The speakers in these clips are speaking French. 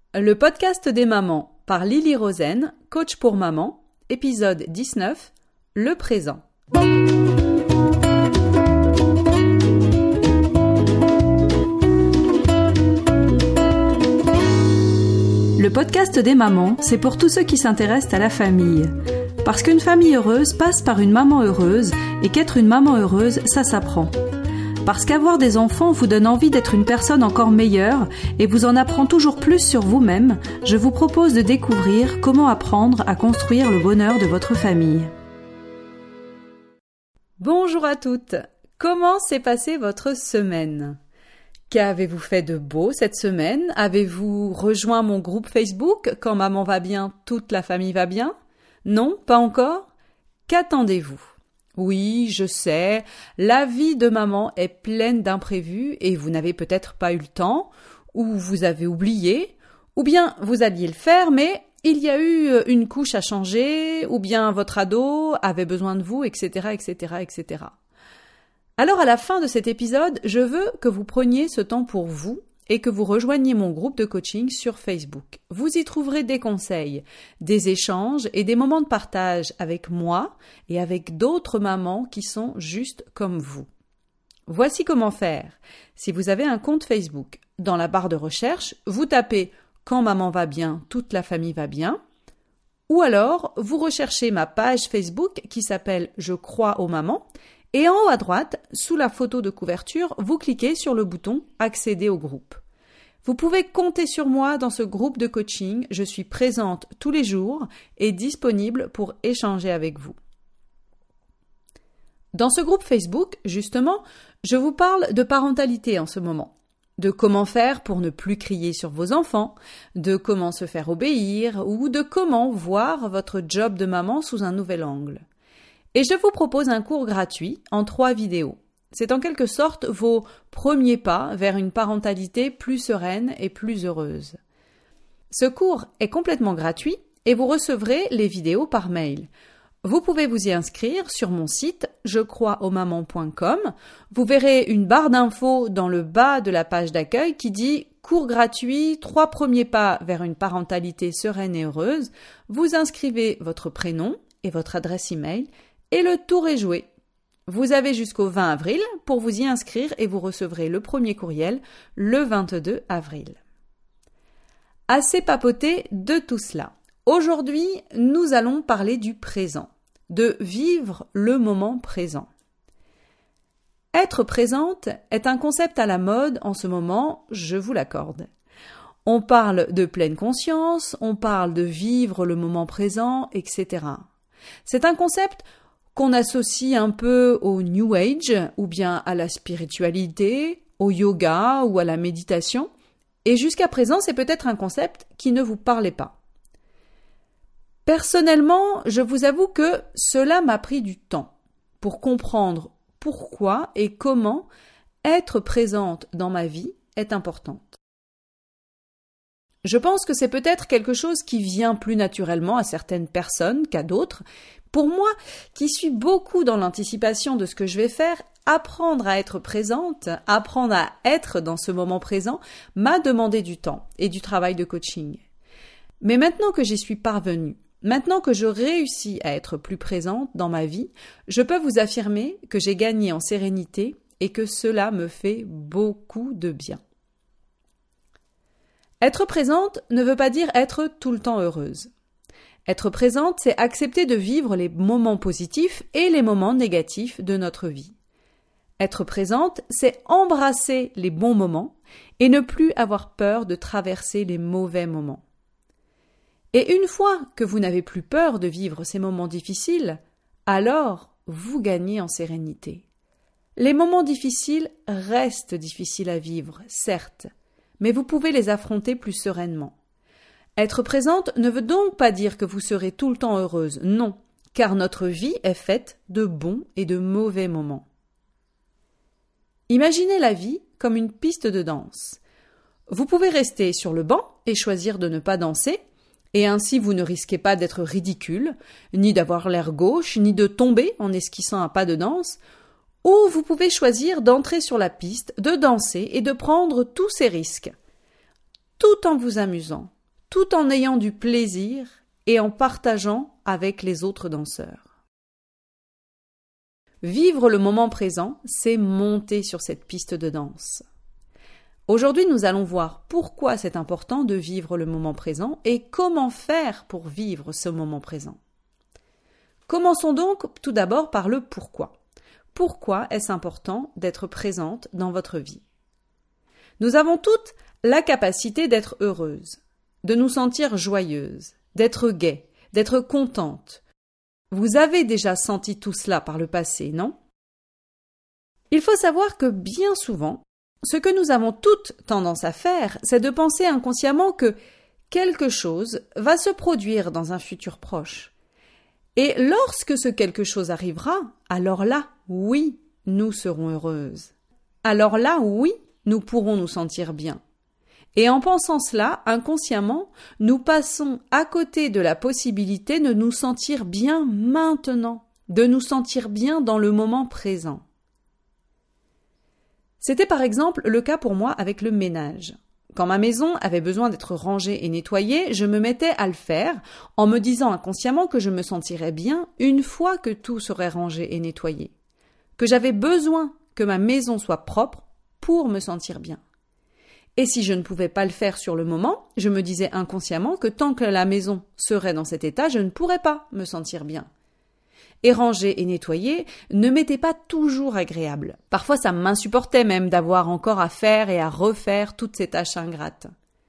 Le podcast des mamans par Lily Rosen, coach pour maman, épisode 19, le présent. Le podcast des mamans, c'est pour tous ceux qui s'intéressent à la famille. Parce qu'une famille heureuse passe par une maman heureuse et qu'être une maman heureuse, ça s'apprend. Parce qu'avoir des enfants vous donne envie d'être une personne encore meilleure et vous en apprend toujours plus sur vous-même, je vous propose de découvrir comment apprendre à construire le bonheur de votre famille. Bonjour à toutes! Comment s'est passée votre semaine? Qu'avez-vous fait de beau cette semaine? Avez-vous rejoint mon groupe Facebook « Quand maman va bien, toute la famille va bien » ? Non, pas encore? Qu'attendez-vous? Oui, je sais, la vie de maman est pleine d'imprévus et vous n'avez peut-être pas eu le temps, ou vous avez oublié, ou bien vous alliez le faire, mais il y a eu une couche à changer, ou bien votre ado avait besoin de vous, etc., etc., etc. Alors à la fin de cet épisode, je veux que vous preniez ce temps pour vous et que vous rejoigniez mon groupe de coaching sur Facebook. Vous y trouverez des conseils, des échanges et des moments de partage avec moi et avec d'autres mamans qui sont juste comme vous. Voici comment faire. Si vous avez un compte Facebook, dans la barre de recherche, vous tapez « Quand maman va bien, toute la famille va bien » ou alors vous recherchez ma page Facebook qui s'appelle « Je crois aux mamans » et en haut à droite, sous la photo de couverture, vous cliquez sur le bouton « Accéder au groupe ». Vous pouvez compter sur moi dans ce groupe de coaching. Je suis présente tous les jours et disponible pour échanger avec vous. Dans ce groupe Facebook, justement, je vous parle de parentalité en ce moment, de comment faire pour ne plus crier sur vos enfants, de comment se faire obéir ou de comment voir votre job de maman sous un nouvel angle. Et je vous propose un cours gratuit en 3 vidéos. C'est en quelque sorte vos premiers pas vers une parentalité plus sereine et plus heureuse. Ce cours est complètement gratuit et vous recevrez les vidéos par mail. Vous pouvez vous y inscrire sur mon site jecroisausmamans.com. Vous verrez une barre d'infos dans le bas de la page d'accueil qui dit « Cours gratuit, 3 premiers pas vers une parentalité sereine et heureuse ». Vous inscrivez votre prénom et votre adresse email et le tour est joué. Vous avez jusqu'au 20 avril pour vous y inscrire et vous recevrez le premier courriel le 22 avril. Assez papoté de tout cela. Aujourd'hui, nous allons parler du présent, de vivre le moment présent. Être présente est un concept à la mode en ce moment, je vous l'accorde. On parle de pleine conscience, on parle de vivre le moment présent, etc. C'est un concept qu'on associe un peu au New Age ou bien à la spiritualité, au yoga ou à la méditation. Et jusqu'à présent, c'est peut-être un concept qui ne vous parlait pas. Personnellement, je vous avoue que cela m'a pris du temps pour comprendre pourquoi et comment être présente dans ma vie est importante. Je pense que c'est peut-être quelque chose qui vient plus naturellement à certaines personnes qu'à d'autres. Pour moi, qui suis beaucoup dans l'anticipation de ce que je vais faire, apprendre à être présente, apprendre à être dans ce moment présent, m'a demandé du temps et du travail de coaching. Mais maintenant que j'y suis parvenue, maintenant que je réussis à être plus présente dans ma vie, je peux vous affirmer que j'ai gagné en sérénité et que cela me fait beaucoup de bien. Être présente ne veut pas dire être tout le temps heureuse. Être présente, c'est accepter de vivre les moments positifs et les moments négatifs de notre vie. Être présente, c'est embrasser les bons moments et ne plus avoir peur de traverser les mauvais moments. Et une fois que vous n'avez plus peur de vivre ces moments difficiles, alors vous gagnez en sérénité. Les moments difficiles restent difficiles à vivre, certes, mais vous pouvez les affronter plus sereinement. Être présente ne veut donc pas dire que vous serez tout le temps heureuse, non, car notre vie est faite de bons et de mauvais moments. Imaginez la vie comme une piste de danse. Vous pouvez rester sur le banc et choisir de ne pas danser, et ainsi vous ne risquez pas d'être ridicule, ni d'avoir l'air gauche, ni de tomber en esquissant un pas de danse, ou vous pouvez choisir d'entrer sur la piste, de danser et de prendre tous ces risques, tout en vous amusant, tout en ayant du plaisir et en partageant avec les autres danseurs. Vivre le moment présent, c'est monter sur cette piste de danse. Aujourd'hui, nous allons voir pourquoi c'est important de vivre le moment présent et comment faire pour vivre ce moment présent. Commençons donc tout d'abord par le pourquoi. Pourquoi est-ce important d'être présente dans votre vie? Nous avons toutes la capacité d'être heureuses, de nous sentir joyeuses, d'être gaies, d'être contentes. Vous avez déjà senti tout cela par le passé, non? Il faut savoir que bien souvent, ce que nous avons toutes tendance à faire, c'est de penser inconsciemment que quelque chose va se produire dans un futur proche. Et lorsque ce quelque chose arrivera, alors là, oui, nous serons heureuses. Alors là, oui, nous pourrons nous sentir bien. Et en pensant cela, inconsciemment, nous passons à côté de la possibilité de nous sentir bien maintenant, de nous sentir bien dans le moment présent. C'était par exemple le cas pour moi avec le ménage. Quand ma maison avait besoin d'être rangée et nettoyée, je me mettais à le faire en me disant inconsciemment que je me sentirais bien une fois que tout serait rangé et nettoyé, que j'avais besoin que ma maison soit propre pour me sentir bien. Et si je ne pouvais pas le faire sur le moment, je me disais inconsciemment que tant que la maison serait dans cet état, je ne pourrais pas me sentir bien. Et ranger et nettoyer ne m'était pas toujours agréable. Parfois, ça m'insupportait même d'avoir encore à faire et à refaire toutes ces tâches ingrates.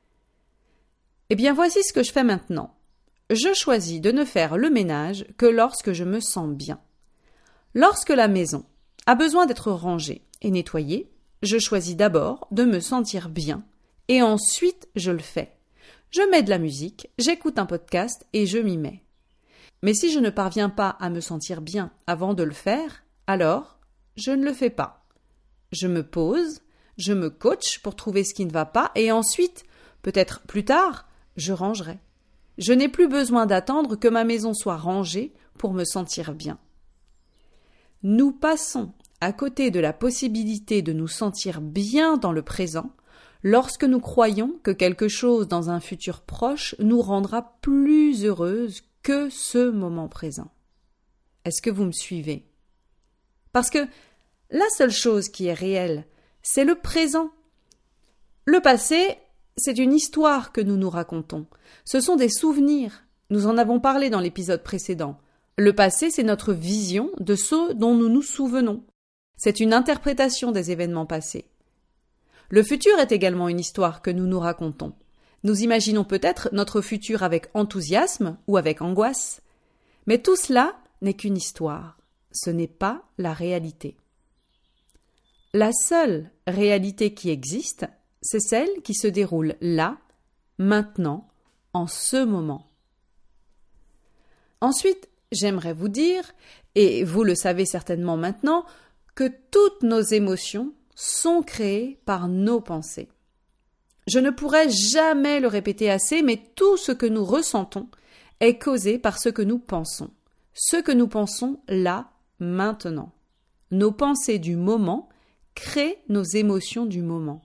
Eh bien, voici ce que je fais maintenant. Je choisis de ne faire le ménage que lorsque je me sens bien. Lorsque la maison a besoin d'être rangée et nettoyée, je choisis d'abord de me sentir bien et ensuite je le fais. Je mets de la musique, j'écoute un podcast et je m'y mets. Mais si je ne parviens pas à me sentir bien avant de le faire, alors je ne le fais pas. Je me pose, je me coach pour trouver ce qui ne va pas et ensuite, peut-être plus tard, je rangerai. Je n'ai plus besoin d'attendre que ma maison soit rangée pour me sentir bien. Nous passons à côté de la possibilité de nous sentir bien dans le présent lorsque nous croyons que quelque chose dans un futur proche nous rendra plus heureuses que ce moment présent. Est-ce que vous me suivez? Parce que la seule chose qui est réelle, c'est le présent. Le passé, c'est une histoire que nous nous racontons. Ce sont des souvenirs. Nous en avons parlé dans l'épisode précédent. Le passé, c'est notre vision de ce dont nous nous souvenons. C'est une interprétation des événements passés. Le futur est également une histoire que nous nous racontons. Nous imaginons peut-être notre futur avec enthousiasme ou avec angoisse. Mais tout cela n'est qu'une histoire. Ce n'est pas la réalité. La seule réalité qui existe, c'est celle qui se déroule là, maintenant, en ce moment. Ensuite, j'aimerais vous dire, et vous le savez certainement maintenant, que toutes nos émotions sont créées par nos pensées. Je ne pourrais jamais le répéter assez, mais tout ce que nous ressentons est causé par ce que nous pensons. Ce que nous pensons là, maintenant. Nos pensées du moment créent nos émotions du moment.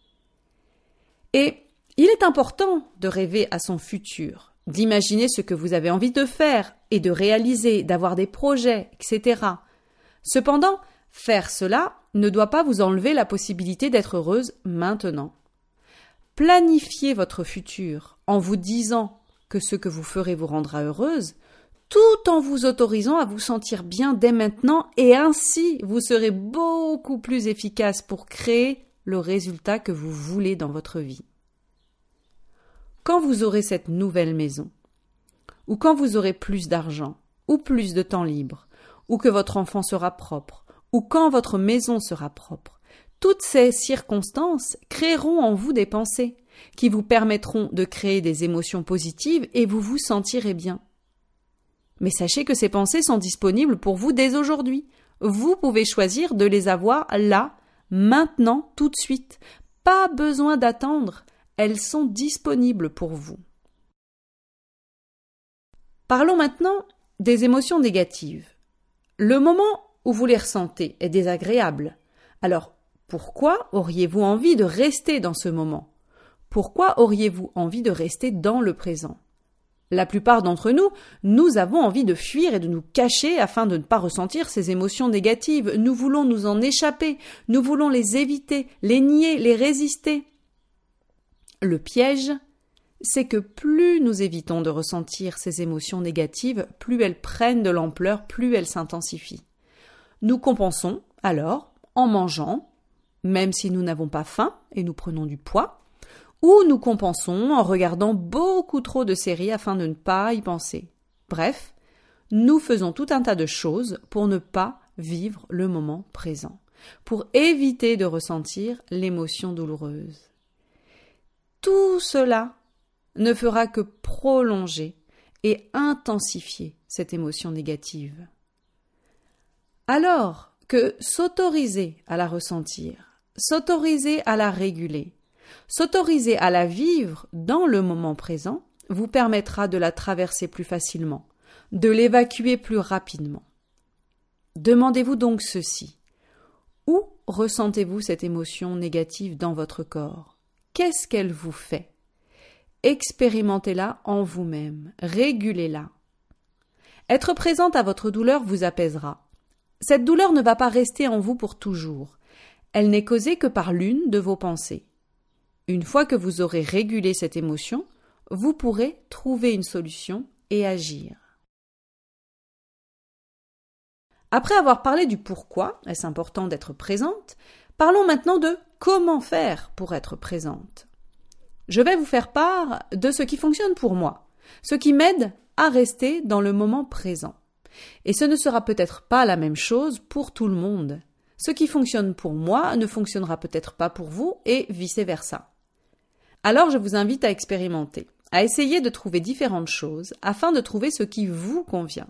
Et il est important de rêver à son futur, d'imaginer ce que vous avez envie de faire et de réaliser, d'avoir des projets, etc. Cependant, faire cela ne doit pas vous enlever la possibilité d'être heureuse maintenant. Planifiez votre futur en vous disant que ce que vous ferez vous rendra heureuse, tout en vous autorisant à vous sentir bien dès maintenant et ainsi vous serez beaucoup plus efficace pour créer le résultat que vous voulez dans votre vie. Quand vous aurez cette nouvelle maison, ou quand vous aurez plus d'argent, ou plus de temps libre, ou que votre enfant sera propre, ou quand votre maison sera propre, toutes ces circonstances créeront en vous des pensées qui vous permettront de créer des émotions positives et vous vous sentirez bien. Mais sachez que ces pensées sont disponibles pour vous dès aujourd'hui. Vous pouvez choisir de les avoir là, maintenant, tout de suite. Pas besoin d'attendre. Elles sont disponibles pour vous. Parlons maintenant des émotions négatives. Le moment où vous les ressentez est désagréable. Alors, pourquoi auriez-vous envie de rester dans ce moment? Pourquoi auriez-vous envie de rester dans le présent? La plupart d'entre nous, nous avons envie de fuir et de nous cacher afin de ne pas ressentir ces émotions négatives. Nous voulons nous en échapper, nous voulons les éviter, les nier, les résister. Le piège, c'est que plus nous évitons de ressentir ces émotions négatives, plus elles prennent de l'ampleur, plus elles s'intensifient. Nous compensons, alors, en mangeant, même si nous n'avons pas faim et nous prenons du poids, ou nous compensons en regardant beaucoup trop de séries afin de ne pas y penser. Bref, nous faisons tout un tas de choses pour ne pas vivre le moment présent, pour éviter de ressentir l'émotion douloureuse. Tout cela ne fera que prolonger et intensifier cette émotion négative. Alors que s'autoriser à la ressentir, s'autoriser à la réguler, s'autoriser à la vivre dans le moment présent vous permettra de la traverser plus facilement, de l'évacuer plus rapidement. Demandez-vous donc ceci. Où ressentez-vous cette émotion négative dans votre corps? Qu'est-ce qu'elle vous fait? Expérimentez-la en vous-même, régulez-la. Être présente à votre douleur vous apaisera. Cette douleur ne va pas rester en vous pour toujours. Elle n'est causée que par l'une de vos pensées. Une fois que vous aurez régulé cette émotion, vous pourrez trouver une solution et agir. Après avoir parlé du pourquoi est-ce important d'être présente, parlons maintenant de comment faire pour être présente. Je vais vous faire part de ce qui fonctionne pour moi, ce qui m'aide à rester dans le moment présent. Et ce ne sera peut-être pas la même chose pour tout le monde. Ce qui fonctionne pour moi ne fonctionnera peut-être pas pour vous et vice-versa. Alors je vous invite à expérimenter, à essayer de trouver différentes choses afin de trouver ce qui vous convient.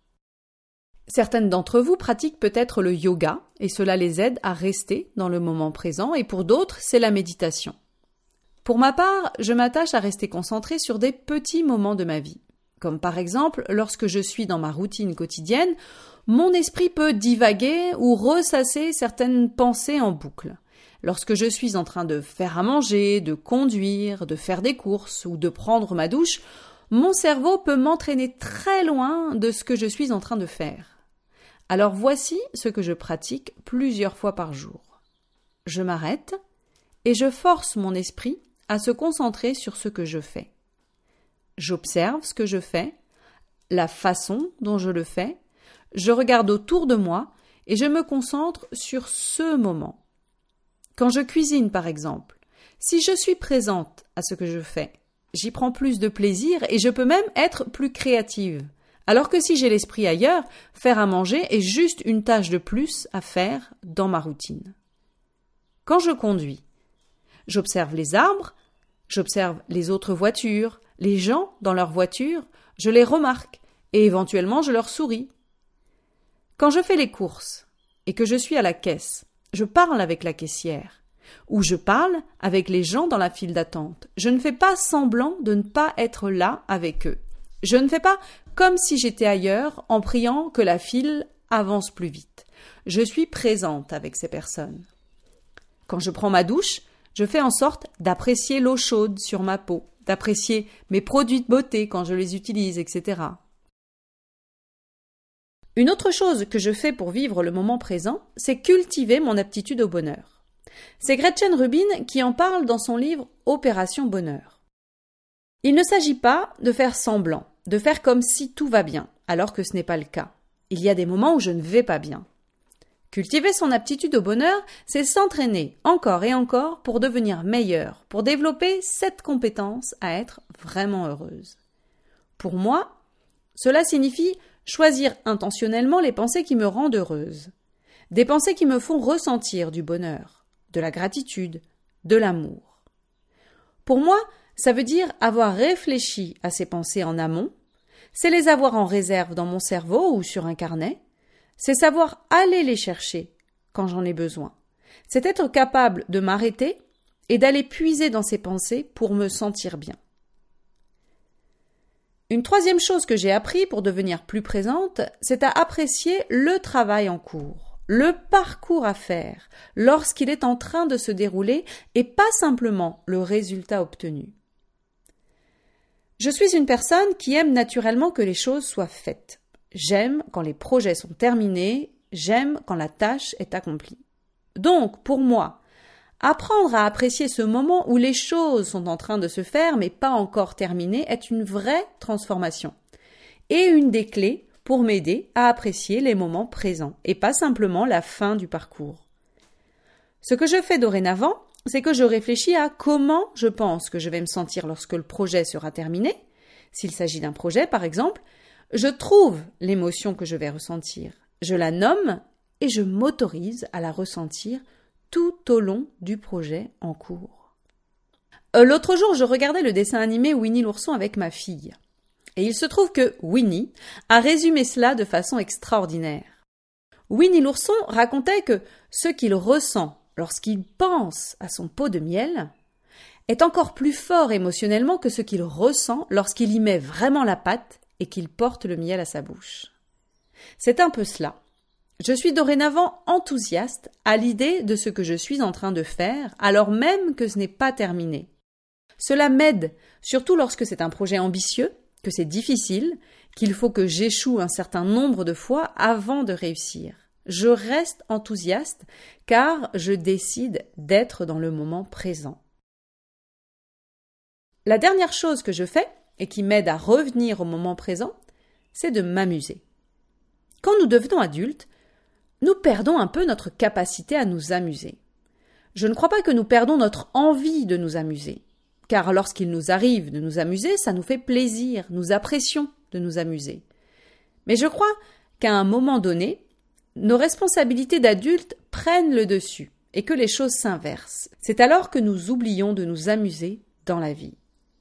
Certaines d'entre vous pratiquent peut-être le yoga et cela les aide à rester dans le moment présent et pour d'autres, c'est la méditation. Pour ma part, je m'attache à rester concentrée sur des petits moments de ma vie. Comme par exemple, lorsque je suis dans ma routine quotidienne, mon esprit peut divaguer ou ressasser certaines pensées en boucle. Lorsque je suis en train de faire à manger, de conduire, de faire des courses ou de prendre ma douche, mon cerveau peut m'entraîner très loin de ce que je suis en train de faire. Alors voici ce que je pratique plusieurs fois par jour. Je m'arrête et je force mon esprit à se concentrer sur ce que je fais. J'observe ce que je fais, la façon dont je le fais, je regarde autour de moi et je me concentre sur ce moment. Quand je cuisine, par exemple, si je suis présente à ce que je fais, j'y prends plus de plaisir et je peux même être plus créative. Alors que si j'ai l'esprit ailleurs, faire à manger est juste une tâche de plus à faire dans ma routine. Quand je conduis, j'observe les arbres, j'observe les autres voitures, les gens dans leurs voitures, je les remarque et éventuellement je leur souris. Quand je fais les courses et que je suis à la caisse, je parle avec la caissière ou je parle avec les gens dans la file d'attente. Je ne fais pas semblant de ne pas être là avec eux. Je ne fais pas comme si j'étais ailleurs en priant que la file avance plus vite. Je suis présente avec ces personnes. Quand je prends ma douche, je fais en sorte d'apprécier l'eau chaude sur ma peau, d'apprécier mes produits de beauté quand je les utilise, etc. Une autre chose que je fais pour vivre le moment présent, c'est cultiver mon aptitude au bonheur. C'est Gretchen Rubin qui en parle dans son livre Opération Bonheur. Il ne s'agit pas de faire semblant, de faire comme si tout va bien, alors que ce n'est pas le cas. Il y a des moments où je ne vais pas bien. Cultiver son aptitude au bonheur, c'est s'entraîner encore et encore pour devenir meilleur, pour développer cette compétence à être vraiment heureuse. Pour moi, cela signifie choisir intentionnellement les pensées qui me rendent heureuse. Des pensées qui me font ressentir du bonheur, de la gratitude, de l'amour. Pour moi, ça veut dire avoir réfléchi à ces pensées en amont, c'est les avoir en réserve dans mon cerveau ou sur un carnet, c'est savoir aller les chercher quand j'en ai besoin. C'est être capable de m'arrêter et d'aller puiser dans ces pensées pour me sentir bien. Une troisième chose que j'ai appris pour devenir plus présente, c'est à apprécier le travail en cours. le parcours à faire lorsqu'il est en train de se dérouler et pas simplement le résultat obtenu. Je suis une personne qui aime naturellement que les choses soient faites. J'aime quand les projets sont terminés, j'aime quand la tâche est accomplie. Donc, pour moi, apprendre à apprécier ce moment où les choses sont en train de se faire mais pas encore terminées est une vraie transformation et une des clés pour m'aider à apprécier les moments présents et pas simplement la fin du parcours. Ce que je fais dorénavant, c'est que je réfléchis à comment je pense que je vais me sentir lorsque le projet sera terminé. S'il s'agit d'un projet, par exemple, je trouve l'émotion que je vais ressentir. Je la nomme et je m'autorise à la ressentir tout au long du projet en cours. L'autre jour, je regardais le dessin animé Winnie l'ourson avec ma fille. Et il se trouve que Winnie a résumé cela de façon extraordinaire. Winnie l'ourson racontait que ce qu'il ressent lorsqu'il pense à son pot de miel est encore plus fort émotionnellement que ce qu'il ressent lorsqu'il y met vraiment la patte et qu'il porte le miel à sa bouche. C'est un peu cela. Je suis dorénavant enthousiaste à l'idée de ce que je suis en train de faire, alors même que ce n'est pas terminé. Cela m'aide, surtout lorsque c'est un projet ambitieux, que c'est difficile, qu'il faut que j'échoue un certain nombre de fois avant de réussir. Je reste enthousiaste car je décide d'être dans le moment présent. La dernière chose que je fais, et qui m'aide à revenir au moment présent, c'est de m'amuser. Quand nous devenons adultes, nous perdons un peu notre capacité à nous amuser. Je ne crois pas que nous perdons notre envie de nous amuser, car lorsqu'il nous arrive de nous amuser, ça nous fait plaisir, nous apprécions de nous amuser. Mais je crois qu'à un moment donné, nos responsabilités d'adultes prennent le dessus et que les choses s'inversent. C'est alors que nous oublions de nous amuser dans la vie.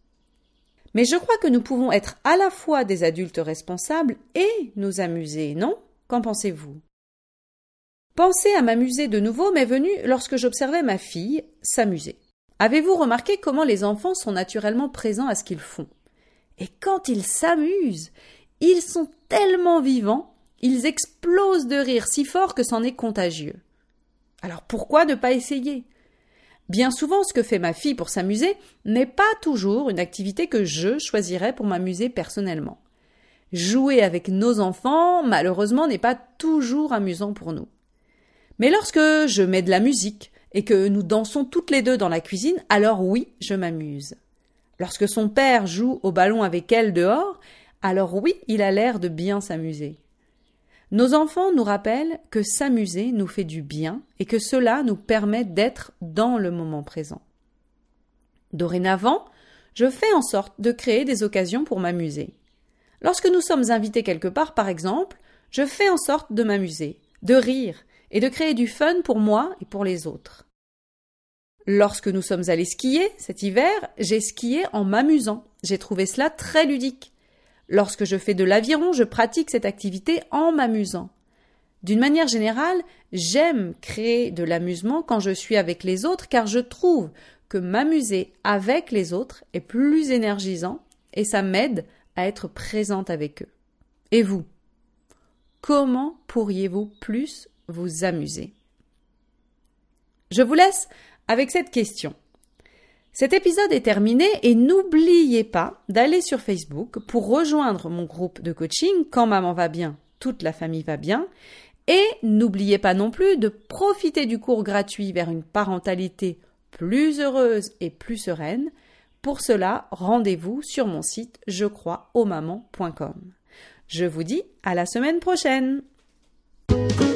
Mais je crois que nous pouvons être à la fois des adultes responsables et nous amuser, non ? Qu'en pensez-vous ? Penser à m'amuser de nouveau m'est venu lorsque j'observais ma fille s'amuser. Avez-vous remarqué comment les enfants sont naturellement présents à ce qu'ils font ? Et quand ils s'amusent, ils sont tellement vivants, ils explosent de rire si fort que c'en est contagieux. Alors pourquoi ne pas essayer ? Bien souvent, ce que fait ma fille pour s'amuser n'est pas toujours une activité que je choisirais pour m'amuser personnellement. Jouer avec nos enfants, malheureusement, n'est pas toujours amusant pour nous. Mais lorsque je mets de la musique et que nous dansons toutes les deux dans la cuisine, alors oui, je m'amuse. Lorsque son père joue au ballon avec elle dehors, alors oui, il a l'air de bien s'amuser. Nos enfants nous rappellent que s'amuser nous fait du bien et que cela nous permet d'être dans le moment présent. Dorénavant, je fais en sorte de créer des occasions pour m'amuser. Lorsque nous sommes invités quelque part, par exemple, je fais en sorte de m'amuser, de rire et de créer du fun pour moi et pour les autres. Lorsque nous sommes allés skier cet hiver, j'ai skié en m'amusant. J'ai trouvé cela très ludique. Lorsque je fais de l'aviron, je pratique cette activité en m'amusant. D'une manière générale, j'aime créer de l'amusement quand je suis avec les autres car je trouve que m'amuser avec les autres est plus énergisant et ça m'aide à être présente avec eux. Et vous ? Comment pourriez-vous plus vous amuser ? Je vous laisse avec cette question. Cet épisode est terminé et n'oubliez pas d'aller sur Facebook pour rejoindre mon groupe de coaching Quand maman va bien, toute la famille va bien. Et n'oubliez pas non plus de profiter du cours gratuit vers une parentalité plus heureuse et plus sereine. Pour cela, rendez-vous sur mon site jecroisauxmamans.com. Je vous dis à la semaine prochaine.